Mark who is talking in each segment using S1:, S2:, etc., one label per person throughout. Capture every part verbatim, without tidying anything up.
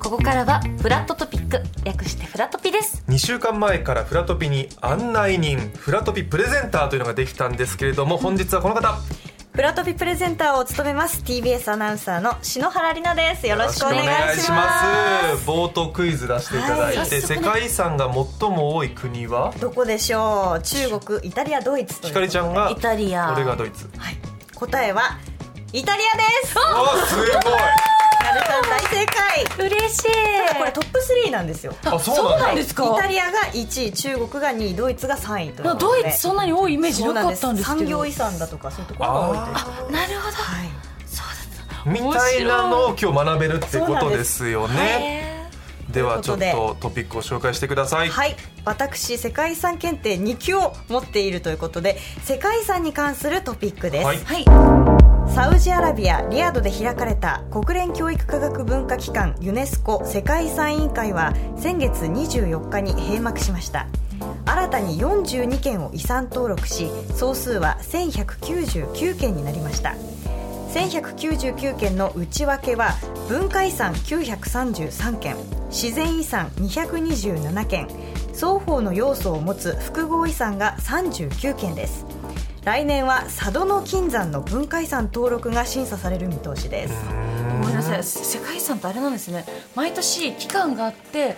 S1: ここからはフラットトピック、略してフラトピです。
S2: にしゅうかんまえからフラトピに案内人、フラトピプレゼンターというのができたんですけれども、本日はこの方、
S3: フラトピプレゼンターを務めます ティービーエス アナウンサーの篠原里奈です。よろしくお願いします。
S2: よろしくお願いします。冒頭クイズ出していただいて、はい、世界遺産が最も多い国は
S3: どこでしょう。中国、イタリア、ドイツという。
S2: ひかりちゃんが
S1: イタリア、
S2: 俺がドイツ、
S3: はい、答えはイタリアです。
S2: お、すごい。
S3: なるさん大正解。
S1: 嬉しい。
S3: ただこれトップスリーなんですよ。
S2: あ、そうなんです
S3: か。イタリアがいちい、中国がにい、ドイツがさんいということで。
S1: ドイツそんなに多いイメージなかったんですけど、
S3: 産業遺産だとかそういうところが多いという。
S1: あ、なるほど、はい、
S2: そうだみたいなのを今日学べるってことですよね。ではちょっとトピックを紹介してください。
S3: はい、私世界遺産検定に級を持っているということで、世界遺産に関するトピックです。はい、はい、サウジアラビア・リヤドで開かれた国連教育科学文化機関ユネスコ世界遺産委員会は先月にじゅうよっかに閉幕しました。新たによんじゅうにけんを遺産登録し、総数はせんひゃくきゅうじゅうきゅうけんになりました。せんひゃくきゅうじゅうきゅうけんの内訳は、文化遺産きゅうひゃくさんじゅうさんけん、自然遺産にひゃくにじゅうななけん、双方の要素を持つ複合遺産がさんじゅうきゅうけんです。来年は佐渡の金山の文化遺産登録が審査される見通しです。
S1: ごめんなさい、世界遺産ってあれなんですね。毎年期間があって、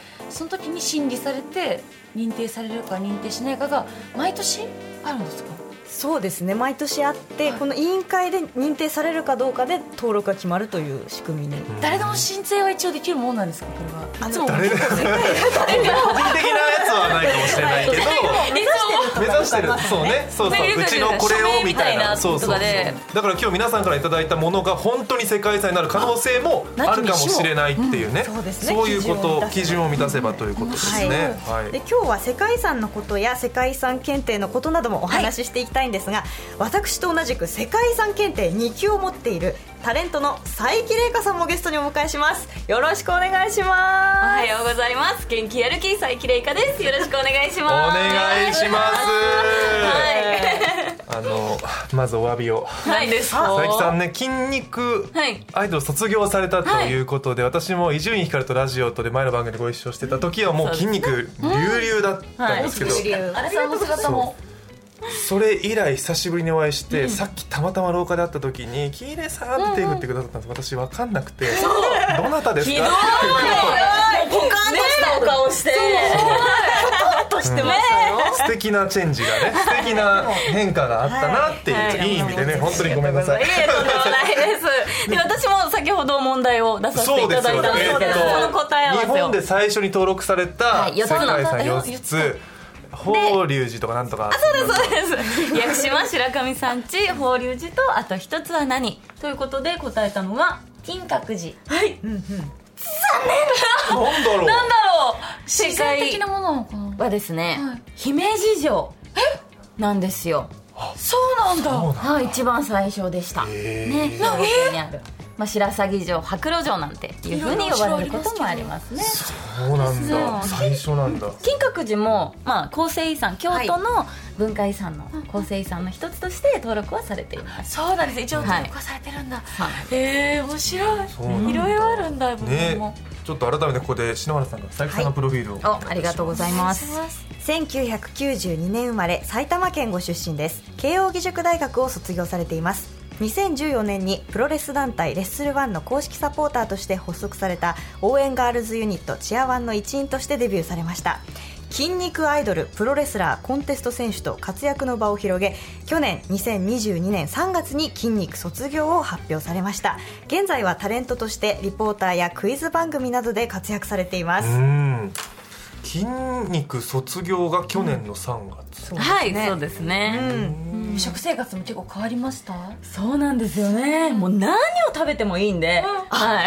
S1: その時に審議されて認定されるか認定しないかが毎年あるんですか？
S3: そうですね、毎年あって、はい、この委員会で認定されるかどうかで登録が決まるという仕組みに。
S1: 誰でも申請は一応できるものなんですか？これは。いつも
S2: 誰でも個人的なやつはないかもしれないけど目指してる、そうね、そうそう、うちのこれをみたいな、そうそうそう。だから今日皆さんからいただいたものが本当に世界遺産になる可能性もあるかもしれないっていうね、
S3: そうですね、
S2: そういうこと、基準を満たせばということですね。
S3: はいはい、で今日は世界遺産のことや世界遺産検定のことなどもお話ししていきたいんですが、はい、私と同じく世界遺産検定に級を持っているタレントの佐伯玲香さんもゲストにお迎えします。よろしくお願いします。お
S4: はようございます。元気やる気佐伯玲香です。よろしくお願いします。
S2: お願いします。
S4: はい、
S2: あのまずお詫びを。
S4: 何ですか？
S2: 佐伯さんね、筋肉アイドル卒業されたということで、はい、私も伊集院光とラジオとで前の番組でご一緒してた時はもう筋肉隆々だったんですけど、
S1: あれさんの姿も
S2: それ以来久しぶりにお会いして、うん、さっきたまたま廊下で会った時にキーレさんって手振ってくださったんです。私分かんなくて、どなたですか？
S4: ひどいポカンとしたお顔して、ポカンとしてましたよ。
S2: 素敵なチェンジがね、素敵な変化があったなっていう、はいはい、いい意味でね、本当にごめんなさい。
S4: いえ、とんでもないです。で、私も先ほど問題を出させていただいたんですけど、その答え合わせを、
S2: 日本で最初に登録された世界遺産よっつ、法隆寺とかなんとか。
S4: あ、そうですそうです。屋久島白神山地、法隆寺と、あと一つは何ということで答えたのが金閣寺。はい、うんうん、残念。
S2: なんだろう、
S4: なんだろう、
S1: 自然的なものなのかな
S4: はですね、はい、姫路城なんですよ。
S1: そうなんだ。
S4: はい、一番最初でした。ね、兵庫県にある、まあ、白鷺城、白露城なんていうふうに呼ばれることもありますね。
S2: そうなんだ、最初なんだ。
S4: 金閣寺も、まあ、構成遺産、京都の文化遺産の構成遺産の一つとして登録はされています。
S1: そうなんです、一応登録はされてるんだ。へえ、面白い。いろいろあるんだ、部分も。
S2: ちょっと改めてここで篠原さんが佐伯さんのプロフィールを、
S4: はい、ありがとうございます。
S3: せんきゅうひゃくきゅうじゅうにねん生まれ、埼玉県ご出身です。慶應義塾大学を卒業されています。にせんじゅうよねんにプロレス団体レッスルワンの公式サポーターとして発足された応援ガールズユニットチアワンの一員としてデビューされました。筋肉アイドル、プロレスラー、コンテスト選手と活躍の場を広げ、去年にせんにじゅうにねんさんがつに筋肉卒業を発表されました。現在はタレントとしてリポーターやクイズ番組などで活躍されています。
S2: うん、筋肉卒業が去年のさんがつ、
S4: うん、はい、そうですね。
S1: うん、食生活も結構変わりました？
S4: そうなんですよね。もう何を食べてもいいんで、うん、はい。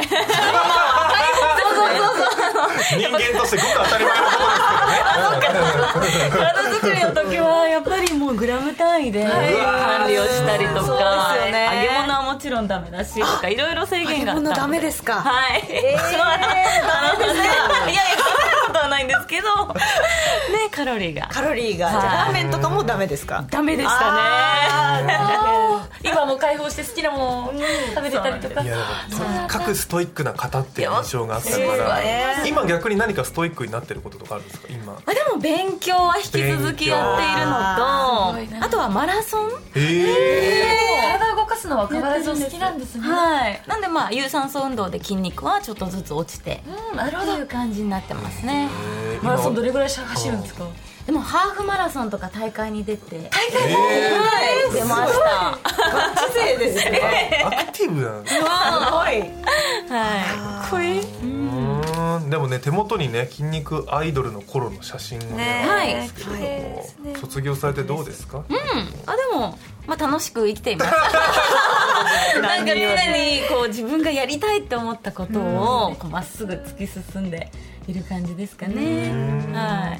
S2: 人間としてごく当たり前のことですけどね。
S4: 体作りの時はやっぱりもうグラム単位で管理をしたりとか、ね、揚げ物はもちろんダメだしとか、いろいろ制限があったので。揚げ物
S3: ダメですか？
S4: はい。えー、ダメですか？いやいや、そんなことはないんですけどね、カロリーが
S3: カロリーが、じゃあラーメンとかもダメですか？
S4: ダメでしたね。
S1: 今も帰っ解放して好きなものを食べてたりとか。
S2: いやでもとにかくストイックな方っていう印象があったから、今逆に何かストイックになってることとかあるんですか今？
S4: あでも勉強は引き続きやっているのと、あとはマラソン、
S1: えー、体を動かすのは変わらず好きなんですね。
S4: はい、なんでまあ有酸素運動で筋肉はちょっとずつ落ちて、
S1: うん、なるほど、
S4: っていう感じになってますね。
S1: マラソンどれぐらい走るんですか？
S4: でもハーフマラソンとか大会に出て、大
S1: 会に、
S4: えー、はい、出ました。
S3: ガチ勢ですね。
S2: アクティブなんです。すごい。
S4: はい。かっこいい。
S2: うん、でもね手元にね筋肉アイドルの頃の写真がね、
S4: はい、
S2: はい、卒業されてどうですか？
S4: うん、あでもまあ楽しく生きています。なんか常にこう自分がやりたいって思ったことをこうまっすぐ突き進んでいる感じですかね。はい。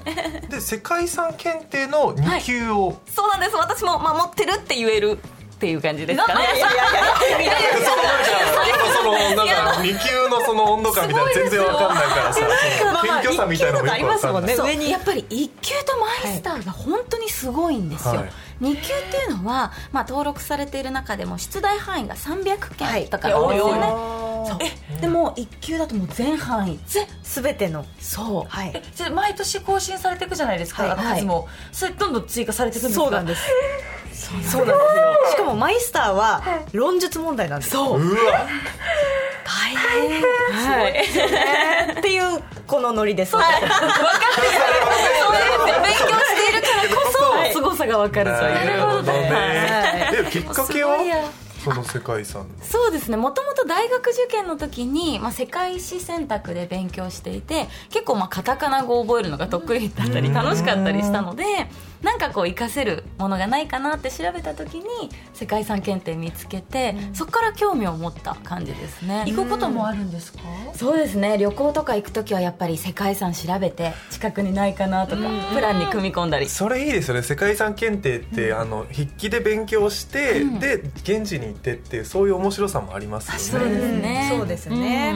S2: で世界遺産検定のに級を、はい、
S4: そうなんです。私も守ってるって言えるっていう感じですかね。いやいやいやいや
S2: そのなんかに級のその温度感みたいな全然わかんないからさ、謙虚さみたいなのもよくわかんない。
S4: 上にやっぱりいっ級とマイスターが本当にすごいんですよ。はい、に級っていうのは、まあ、登録されている中でも出題範囲がさんびゃくけんとかなんですよね。そうでもいっ級だともう全範囲
S3: すべての、
S4: そう、
S1: はい、えじゃあ毎年更新されていくじゃないですか、はい、数もそれどんどん追加されていくんですか？
S3: そうなんです。そうなんですよ。しかもマイスターは論述問題なんです。
S2: そう、うわ
S3: 大変、はい、っていうこのノリです。分かってる。
S4: 勉強しているからこそ凄さが分かるという。
S2: なるほどね。きっかけはその世界遺産の。
S4: そうですね、もともと大学受験の時に、まあ、世界史選択で勉強していて、結構まあカタカナ語を覚えるのが得意だったり楽しかったりしたので、なんかこう活かせるものがないかなって調べた時に世界遺産検定見つけて、そこから興味を持った感じですね。
S1: 行くこともあるんですか？
S4: そうですね、旅行とか行く時はやっぱり世界遺産調べて近くにないかなとかプランに組み込んだり。
S2: それいいですよね。世界遺産検定って、うん、あの筆記で勉強して、うん、で現地に行ってっていうそういう面白さもありますよね。
S4: そうですね、
S3: そうですね、うん、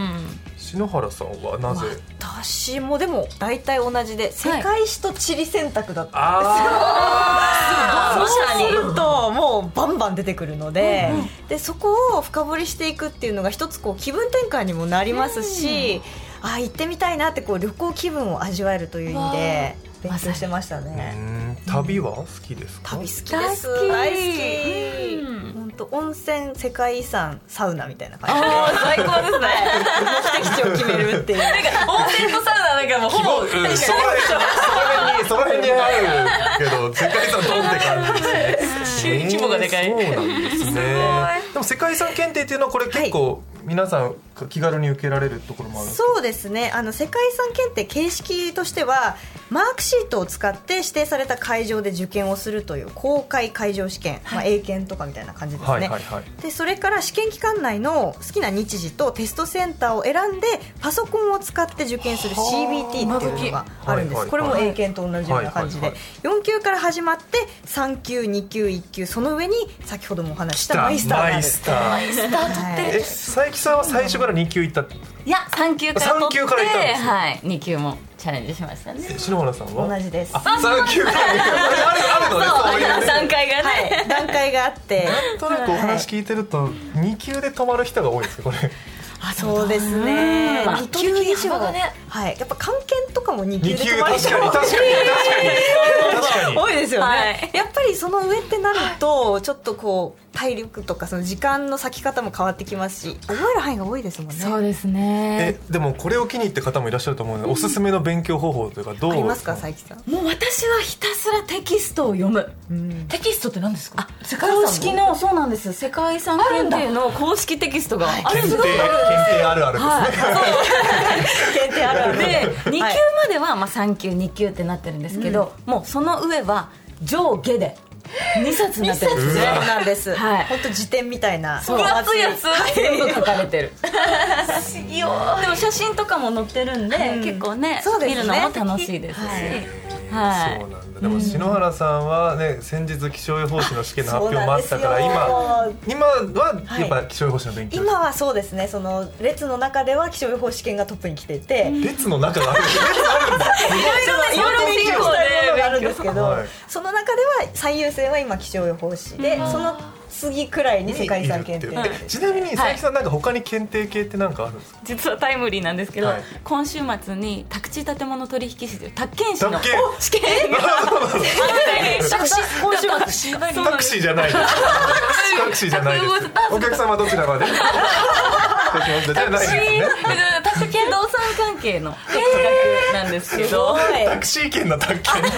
S2: 篠原さんはなぜ？
S3: 私もでも大体同じで世界史と地理選択だったんですよ。
S2: あ
S3: そうするともうバンバン出てくるので、うんうん、でそこを深掘りしていくっていうのが一つこう気分転換にもなりますし、うん、あ行ってみたいなってこう旅行気分を味わえるという意味で勉強してましたね。
S2: うん、旅は好きですか？
S3: 旅好きです。大好き、大好き、うん、本当温泉、世界遺産、サウナみたいな感じで、
S4: あ最高ですね。
S3: 目的地を決めるっていう。
S1: なんか温泉とサウナなんかもうほぼ、うん、そこら辺に
S2: そこら辺にあるけど世界遺産どんって感じですね。
S1: 規模がでかい。
S2: そうなんですね。でも世界遺産検定っていうのはこれ結構、はい、皆さん気軽に受けられるところもあるんですか？
S3: そうですね、あの世界遺産検定形式としてはマークシートを使って指定された会場で受験をするという公開会場試験、はい、まあ、英検とかみたいな感じですね、はいはいはい、でそれから試験期間内の好きな日時とテストセンターを選んでパソコンを使って受験する シービーティー っていうのがあるんです、はいはいはい、これも英検と同じような感じで、はいはいはい、よん級から始まってさん級、に級、いっ級、その上に先ほどもお話したマイスターがある。
S2: マイスター、
S1: マイスター取って、はい、
S2: え佐伯さんは最初からに級行ったって、
S4: いやさん級から取って、
S2: さん級から行ったんですよ、
S4: はい、に級もチャレンジしましたね。
S2: 篠原さんは
S3: 同じです。
S2: あさん級からあるあるのね、そういうね
S4: 段階がね、
S3: はい、段階があって
S2: なんとなくお話聞いてるとに級で止まる人が多いですよこれ。
S3: あそうですね、
S1: まあ、に級以上がね、
S3: はい、やっぱ漢検とかもに級で止まる人
S2: が確かに確かに確かに
S3: 多いですよね、
S4: はい、
S3: やっぱりその上ってなるとちょっとこう体力とかその時間の割き方も変わってきますし、覚える範囲が多いですもんね。
S4: そうですね。
S2: えでもこれを機に入って方もいらっしゃると思うので、うん、おすすめの勉強方法というかどう
S3: ありますか佐伯さん？
S4: もう私はひたすらテキストを読む、
S1: うん、テキストって何ですか？
S4: あ世界遺産の公式の、そうなんです、世界遺産検定の公式テキストがあるんです。
S2: 検定検定あるあるですね、はい、
S3: 検定あるある
S4: でに級まではまあさん級に級ってなってるんですけど、うん、もうその上は上下でにさつになってるんですね。
S3: そうなんです、はい、本当辞典みたいな
S1: 分厚いやつ
S4: 全部書かれてる
S1: 不思議よ。
S4: でも写真とかも載ってるんで、うん、結構 ね, ね見るのも楽しいですし、はいはい、
S2: そうなんだ。でも篠原さんはね、先日気象予報士の試験の発表もあったから今今はやっぱ気象予報士の勉強、
S3: はい、今はそうですね、その列の中では気象予報士試験がトップに来ていて、
S2: 列の中がある列あるんだ
S3: いろいろ勉強したいものがあるんですけど、
S2: はい、
S3: その中では最優先は今気象予報士で、うん、その次くらいに世界遺産検定、
S2: ちなみに佐伯さんなんか他に検定系って何かあるんですか？
S4: 実はタイムリーなんですけど、はい、今週末に宅地建物取引士という宅建士の試験が
S3: タクシー今週末
S2: タクシーじゃないタクシーじゃないです。お客様どちらまで？
S4: タクシー宅建動産関係の企画なんですけど、
S2: タクシー券の宅建そういう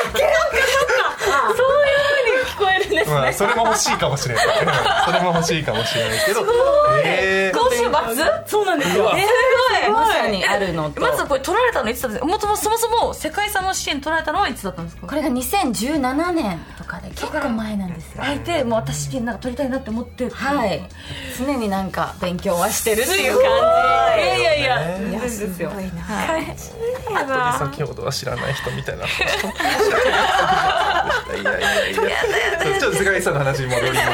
S4: 風に聞こえるんですね、
S2: まあ、それも欲しいかもしれないそれも欲しいかもしれないけど、
S4: えー、今週末そうなんですよ、えー、すごいまさにあるのと、
S1: まずこれ取られたのいつだったんですか？もともとそもそも世界遺産の試験取られたのはいつだったんですか？
S4: これがにせんじゅうななねんとかで結構前なんですよ。
S1: 相手もう私試験なんか取りたいなって思って、
S4: はい常になんか勉強はしてるっていう感じ。いやいやいやいやですよ。はい
S2: 本当に先ほどは知らない人みたいないやいやいやいやちょっと世界遺産の話に戻りまして、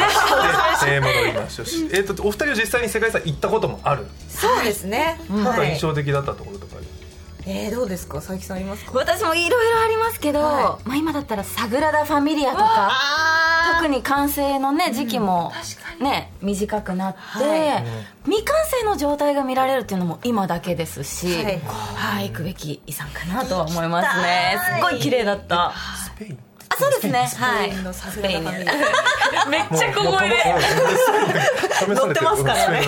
S2: えー、戻りましょう。えー、とお二人は実際に世界遺産行ったこともある？
S3: そうですね、
S2: なんか印象的だったところとか、はい、
S3: えー、どうですか佐伯さんありますか？
S4: 私もいろいろありますけど、はい、まあ、今だったらサグラダ・ファミリアとか特に完成の、ね、時期も、ね、短くなって、はい、未完成の状態が見られるっていうのも今だけですし、はいはい、行くべき遺産かなとは思いますね。すごい綺麗だった。
S2: スペイン
S4: あそうですね、はい、
S3: スペインのめっち
S4: ゃ小声で
S3: 乗ってますからね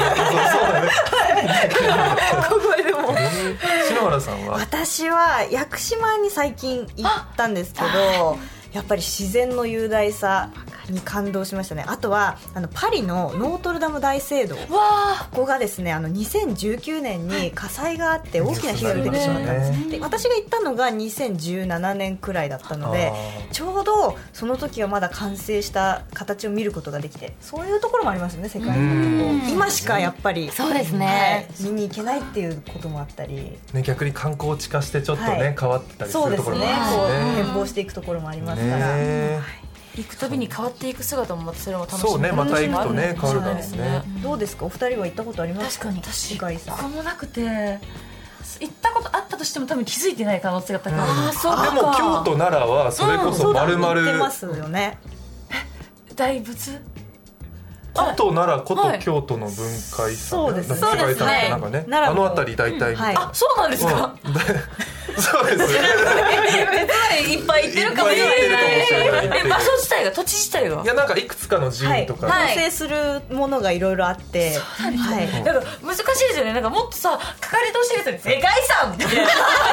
S3: 小声でも
S2: 篠原さんは？
S3: 私は屋久島に最近行ったんですけど、やっぱり自然の雄大さに感動しましたね。あとはあのパリのノートルダム大聖堂、ここがですねあのにせんじゅうきゅうねんに火災があって大きな被害が出てしまったんです、ね、で私が行ったのがにせんじゅうななねんくらいだったので、ちょうどその時はまだ完成した形を見ることができて、そういうところもありますよね世界に。今しかやっぱり
S4: そうですね、
S3: はい、見に行けないっていうこともあったり、
S2: ね、逆に観光地化してちょっとね、はい、変わってたりするところもあるしね、
S3: そうですね、こう変貌していくところもありますから、ね、
S1: 行くたびに変わっていく姿もまたそれも楽しみ。
S2: そうね、また行くとね変わるからですね。
S3: どうですかお二人は行ったことありますか？
S1: 確かに
S3: 世界遺産
S1: ここもなくて、行ったことあったとしても多分気づいてない可能性が高い、うん、
S4: あそうか。
S2: でも京都奈良はそれこそ丸々、うん、
S3: 行ってますよね。
S1: 大仏
S2: 古都奈良古都京都の文化遺産、
S3: そうですね、
S2: 世界遺産ってなんかね、あの辺り大体、うん
S1: はい、あそうなんですか、うん
S2: そうですよね
S1: いっぱい行ってるかもしれない。場所自体が土地自体が
S2: いやなんかいくつかの寺院とか
S3: 完成するものがいろいろあって、
S1: はい、なんか難しいですよね。なんかもっとさ書かれてほしいですよね、世界遺産ってそうね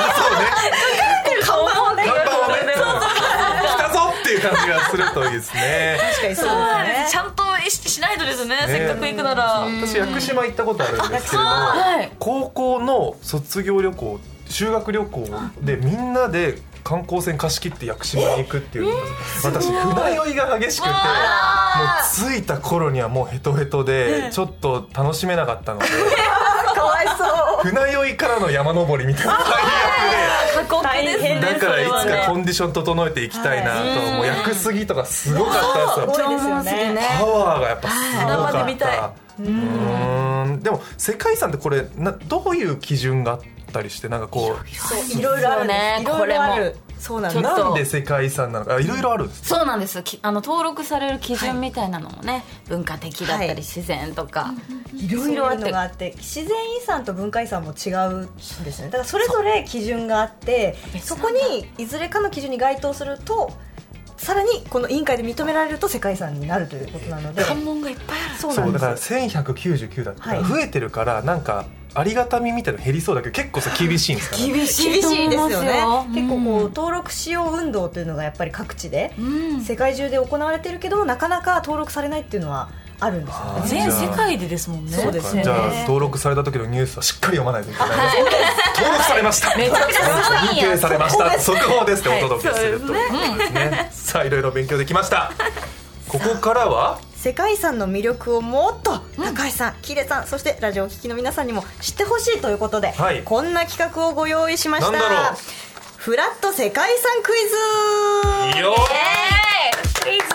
S3: 看板をね
S2: 看板をね来たぞっていう感じがするといいですね。
S3: 確かにそうですね。
S1: ちゃんと意識しないとですね、せっかく行くなら。
S2: 私屋久島行ったことあるんですけれども、高校の卒業旅行修学旅行でみんなで観光船貸し切って屋久島に行くっていう、私船酔いが激しくてもう着いた頃にはもうヘトヘトでちょっと楽しめなかったので
S3: かわいそう
S2: 船酔いからの山登りみたいな最悪で、だからいつかコンディション整えていきたいなと、もう屋久杉とかすごかったですよ。パワーがやっぱすごかった。うーん、でも世界遺産ってこれなどういう基準があったりして、なんかこ
S3: ういろいろあるね、これもそうなんです。
S2: なんで世界遺産なのかいろいろあるんです。
S4: そうなんです。あの登録される基準みたいなのもね、はい、文化的だったり、はい、自然とか
S3: いろいろあって、自然遺産と文化遺産も違うんですよね。だからそれぞれ基準があって、そこにいずれかの基準に該当するとさらにこの委員会で認められると世界遺産になるということなので、
S1: 関門がいっぱいある。
S3: そうなんです。
S2: そうだからせんひゃくきゅうじゅうきゅうだったら増えてるから、なんかありがたみみたいなの減りそうだけど結構さ厳しいんですかね。
S3: 厳しいと思いますよね。結構こう登録しよう運動というのがやっぱり各地で、うん、世界中で行われてるけどもなかなか登録されないっていうのはあるんですよね。
S1: 全世界でですもんね。
S3: そうですね。
S2: じゃあ登録された時のニュースはしっかり読まないといけないです。登録されました、
S1: めちゃくちゃ
S2: 認定されました、速報ですってお届けすると、はい、そうですね。さあいろいろ勉強できました。ここからは
S3: 世界遺産の魅力をもっと高橋さん、喜入さん、そしてラジオを聴きの皆さんにも知ってほしいということで、はい、こんな企画をご用意しました。
S2: なんだろう。
S3: フラット世界遺産クイズ。
S2: よー
S3: クイズもう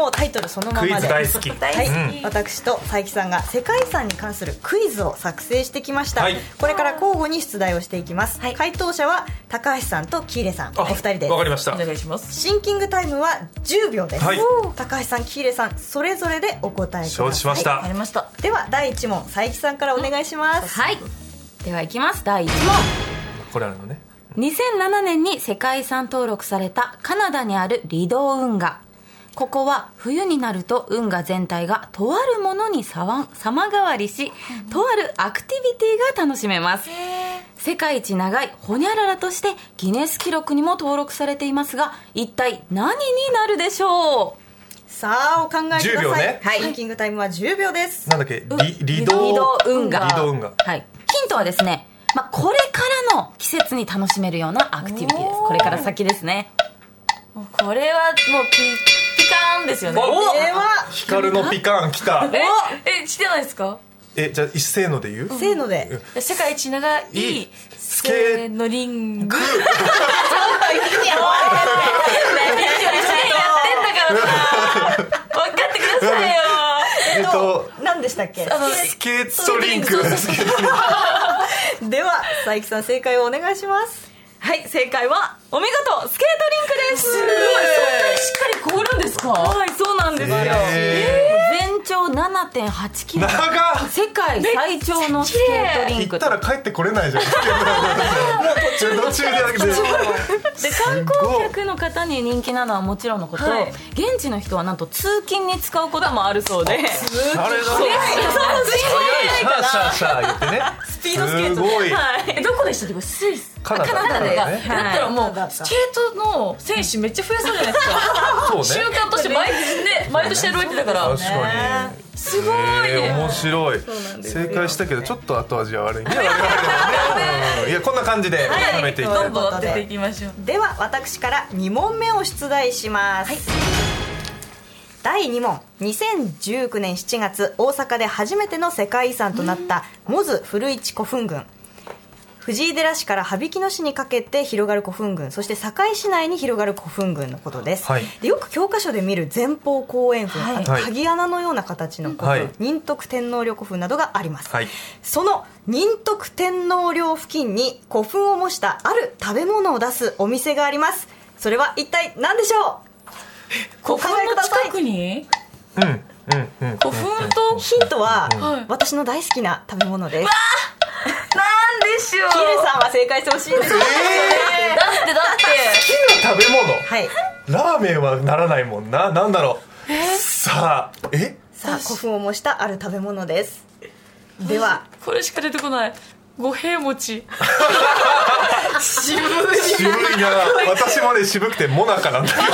S3: もうタイトルそのままで
S2: クイズ大好き、
S3: はい、
S2: うん、
S3: 私と佐伯さんが世界遺産に関するクイズを作成してきました、はい、これから交互に出題をしていきます、はい、回答者は高橋さんと喜入さんお二人です。
S2: わかりました、
S1: お願いします。
S3: シンキングタイムはじゅうびょうです、はい、高橋さん喜入さんそれぞれでお答えください。
S2: 承知しました、
S1: わかりました。
S3: ではだいいち問佐伯さんからお願いします、
S4: はい、ではいきます。だいいち問、
S2: これあるのね。
S4: にせんななねんに世界遺産登録されたカナダにあるリドー運河。ここは冬になると運河全体がとあるものに様変わりし、とあるアクティビティが楽しめます。世界一長いホニャララとしてギネス記録にも登録されていますが、一体何になるでしょう。
S3: さあお考えください。
S2: じゅうびょうね、
S3: はい、シンキングタイムはじゅうびょうです。
S2: なんだっけ、リリド
S4: リド運河。
S2: リド運河、
S4: はい、ヒントはですね、まあ、これからの季節に楽しめるようなアクティビティです。これから先ですね。
S1: これはもうピピカーンですよね。
S2: お
S3: では
S2: 光のピカーンきた。
S1: ええ知ってないですか。
S2: えじゃあ一斉ので言う、
S3: せーので、
S1: 世界一長い
S2: いい
S1: スケーのリング。
S2: グー
S1: 何やってんだからさ、分かってくださいよ。
S2: えっと
S3: 何でしたっけ。
S1: あの
S2: スケートリンクスケートリンク
S3: では佐伯さん正解をお願いします。
S4: はい、正解はお見事スケートリンクです。
S1: すごい、そんなにしっかり凍るんですか。
S4: はい、そうなんですよ、
S2: え
S4: ー、全長 ななてんはちキロ、
S2: 長っ、
S4: 世界最長のスケートリンク。
S2: 行ったら帰ってこれないじゃん。もう途中途中でだけで
S4: で観光客の方に人気なのはもちろんのこと、はい、現地の人はなんと通勤に使うこともあるそうで、
S2: あれだ、
S4: そう
S2: 早い、シャーシャーシャー言ってね、
S3: スピードスケート、
S2: すごい、
S4: はい、
S1: えどこでしたっけ。スイス、
S2: カナダ、
S1: カナダで、
S2: ね、
S1: だったらもうスケートの選手めっちゃ増やそうじゃないですか。
S2: そうね、
S1: 習慣として毎年ね、毎年やるわけだから。
S2: 確かに
S1: すごい、
S2: えー、面白い。正解したけどちょっと後味は悪いね。いやこんな感じで食べていきたい。
S1: どんどん当てていきましょう。
S3: では私からに問目を出題します、はい、だいに問、にせんじゅうきゅうねんしちがつ大阪で初めての世界遺産となったモズ古市古墳群。藤井寺市から羽曳野市にかけて広がる古墳群、そして堺市内に広がる古墳群のことです、はい、でよく教科書で見る前方後円墳、はい、鍵穴のような形の古墳、はい、仁徳天皇陵古墳などがあります、はい、その仁徳天皇陵付近に古墳を模したある食べ物を出すお店があります。それは一体何でしょう。
S1: 古墳の近くに、
S2: うんうんうん、
S1: 古墳と
S3: ヒントは、うん、私の大好きな食べ物です。
S1: なんでしょう。
S3: キルさんは正解してほしいです、
S1: えー、だってだって
S2: 好きな食べ物、
S3: はい、
S2: ラーメンはならないもんな。なんだろう、えー、さあえ
S3: さあ古墳を模したある食べ物です。では
S1: これしか出てこない。五平餅。渋い
S2: 渋いな。私もね渋くてモナカなんだけど。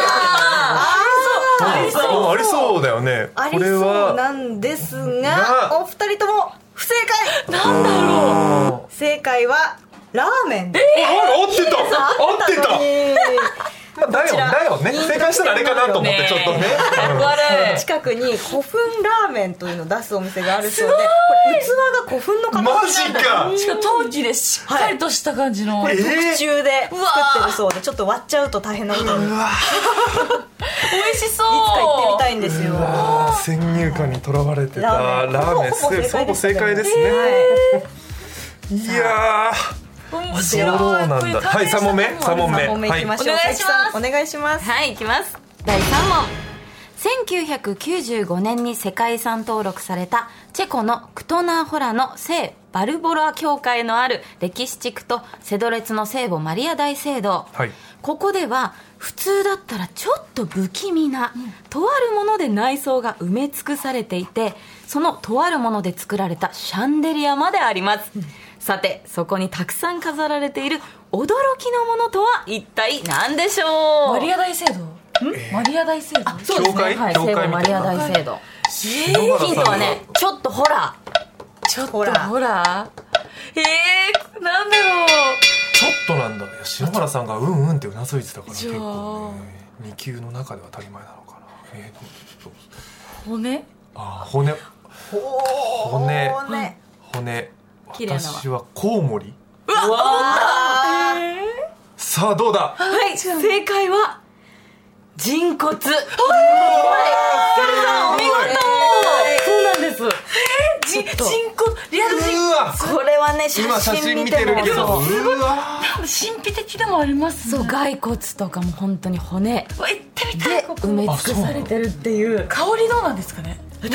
S2: ありそう、ありそうだよね。
S3: ありそうなんですが、お二人とも不正解。
S1: なんだろ
S3: う。正解はラーメンです。
S2: えー、合ってた合ってた。まあ、だよだよね。正解したらあれかなと思ってちょっとね。
S3: 近くに古墳ラーメンというのを出すお店があるそうで、これ器が古墳の形
S2: マジか。
S1: しかも陶器でしっかりとした感じの、
S3: これ特注で作ってるそうで、ちょっと割っちゃうと大変なことに。
S2: うわ
S1: 美味しそう。
S3: いつか行ってみたいんですよ。
S2: 先入観にとらわれてたラーメン。ほぼ正解ですね。いやーそうなんだ。はい、さん問目さん問目
S3: さん問目いきましょう。
S1: お願いします。
S3: お願いします。
S4: はい、いきます。だいさん問。せんきゅうひゃくきゅうじゅうごねんに世界遺産登録されたチェコのクトナーホラの聖バルボラ教会のある歴史地区とセドレツの聖母マリア大聖堂、はい、ここでは普通だったらちょっと不気味な、うん、とあるもので内装が埋め尽くされていて、そのとあるもので作られたシャンデリアまであります、うん、さてそこにたくさん飾られている驚きのものとは一体何でしょう。
S1: マリア大聖堂、えー、マリア大聖堂、
S4: あ、そうですね、はい、聖母マリア大聖堂、えー、ヒントはね、ちょっとホラ
S1: ー、ちょっとホラー、えー、なんだろう。
S2: ちょっとなんだ。いや篠原さんがうんうんってうなずいてたから結構ね、に級の中では当たり前なのかな。えー、
S1: 骨、
S2: あ、骨骨骨骨、私はコウモリ。
S1: うわ、
S2: えー、さあどうだ。
S4: はい、正解は人骨。お見事。
S1: そうなんです。人骨リアル人骨。
S3: これはね写
S2: 今写
S3: 真見
S2: 真見て
S3: てもそう
S2: るけど、うわ
S1: 神秘的でもありますね。
S4: そう骸骨とかも本当に骨
S1: 行ってみたい。
S4: で埋め尽くされてるっていう。
S1: 香りどうなんですかね。カ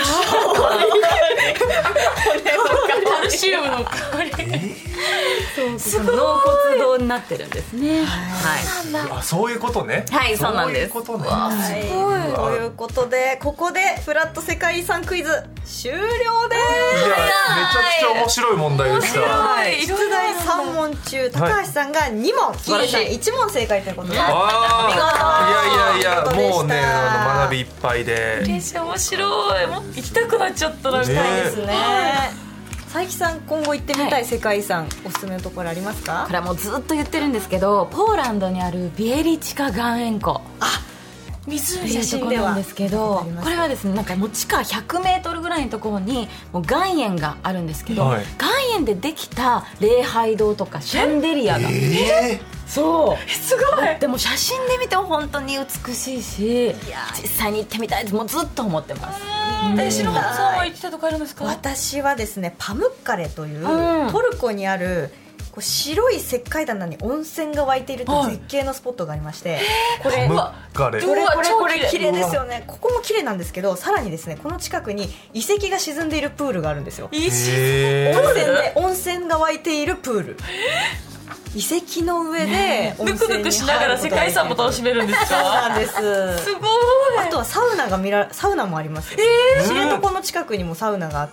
S1: ルシウムの香り。
S4: そう納骨堂になってるんですね。はい
S2: あ、そういうことね。
S4: はいそうなんです。
S2: そういうことね。
S3: はいということでここでフラット世界遺産クイズ終了です。
S2: いや、めちゃくちゃ面白い問題でした。
S3: はい出題さん問中高橋さんがに問、キーさんいち問正解ということで、
S2: あーいやいやいや、
S3: 見事でした
S2: もうね、あの学びいっぱいで。
S1: 嬉しい、面白い。もう行きたくなっちゃった。なんか
S2: ね
S3: ですね。佐伯さん今後行ってみたい世界遺産、おすすめのところありますか？
S4: これはもうずっと言ってるんですけど、ポーランドにあるビエリチカ岩塩湖
S1: 湖
S4: っていうところなんですけど、これはですね、なんかもう地下ひゃくメートルぐらいのところにもう岩塩があるんですけど、
S2: はい、
S4: 岩塩でできた礼拝堂とかシャンデリアが、
S2: えー、
S4: そう
S1: すごい。
S4: でも写真で見ても本当に美しいし、実際に行ってみたいです。もうずっと思ってます。
S1: え、篠原さんは行きたいとこあるんですか？
S3: 私はですね、パムッカレという、
S4: うん、
S3: トルコにあるこう白い石灰棚に温泉が湧いているという絶景のスポットがありまして、はい、これ
S2: パムッカレ
S3: これこれこれ綺麗ですよね。ここも綺麗なんですけど、さらにですね、この近くに遺跡が沈んでいるプールがあるんですよ。
S1: 温泉
S3: で温泉が湧いているプール、遺跡の上で温泉に入ることができる。
S1: ぬくぬくしながら世界遺産も楽しめるんですか？
S3: そうなんです。
S1: すごい。
S3: あとはサウナが見らサウナもあります。
S1: えー、
S3: 知床の近くにもサウナがあって、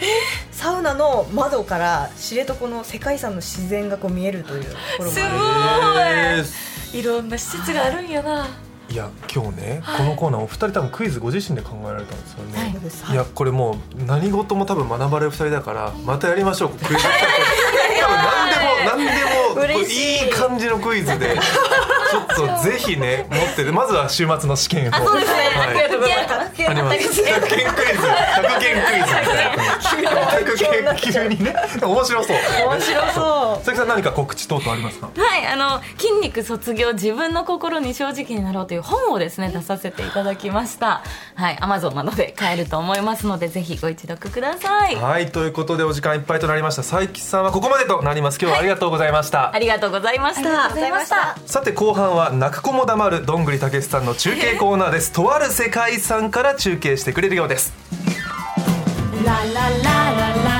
S3: えー、サウナの窓から知床の世界遺産の自然がこう見えるというところもある。
S1: すごい。いろんな施設があるんやな。
S2: いや今日ね、はい、このコーナーお二人多分クイズご自身で考えられたんですよね。はい、いやこれもう何事も多分学ばれる二人だからまたやりましょう。クイズ多分何でも何でもいい感じのクイズでちょっとぜひね持ってて、まずは週末の試験を。あ、そうですね。はい、ありがとうございます。あります。ひゃくけんクイズ、ひゃくけんクイズみたいな。ひゃくけん急にね、面白そう。
S3: 面白そう。
S2: 佐々木さん何か告知等々ありますか？
S4: はい、あの筋肉卒業自分の心に正直になろうという本をですね出させていただきました。はい、Amazon などで買えると思いますのでぜひご一読ください。
S2: はい、ということでお時間いっぱいとなりました。佐伯さんはここまでとなります。今日はありがとうございました。はい、
S4: ありがとうございました。ありがとうございました。
S2: さて後半は泣く子も黙るどんぐりたけしさんの中継コーナーです。とある世界遺産から中継してくれるようです。
S4: ラララララ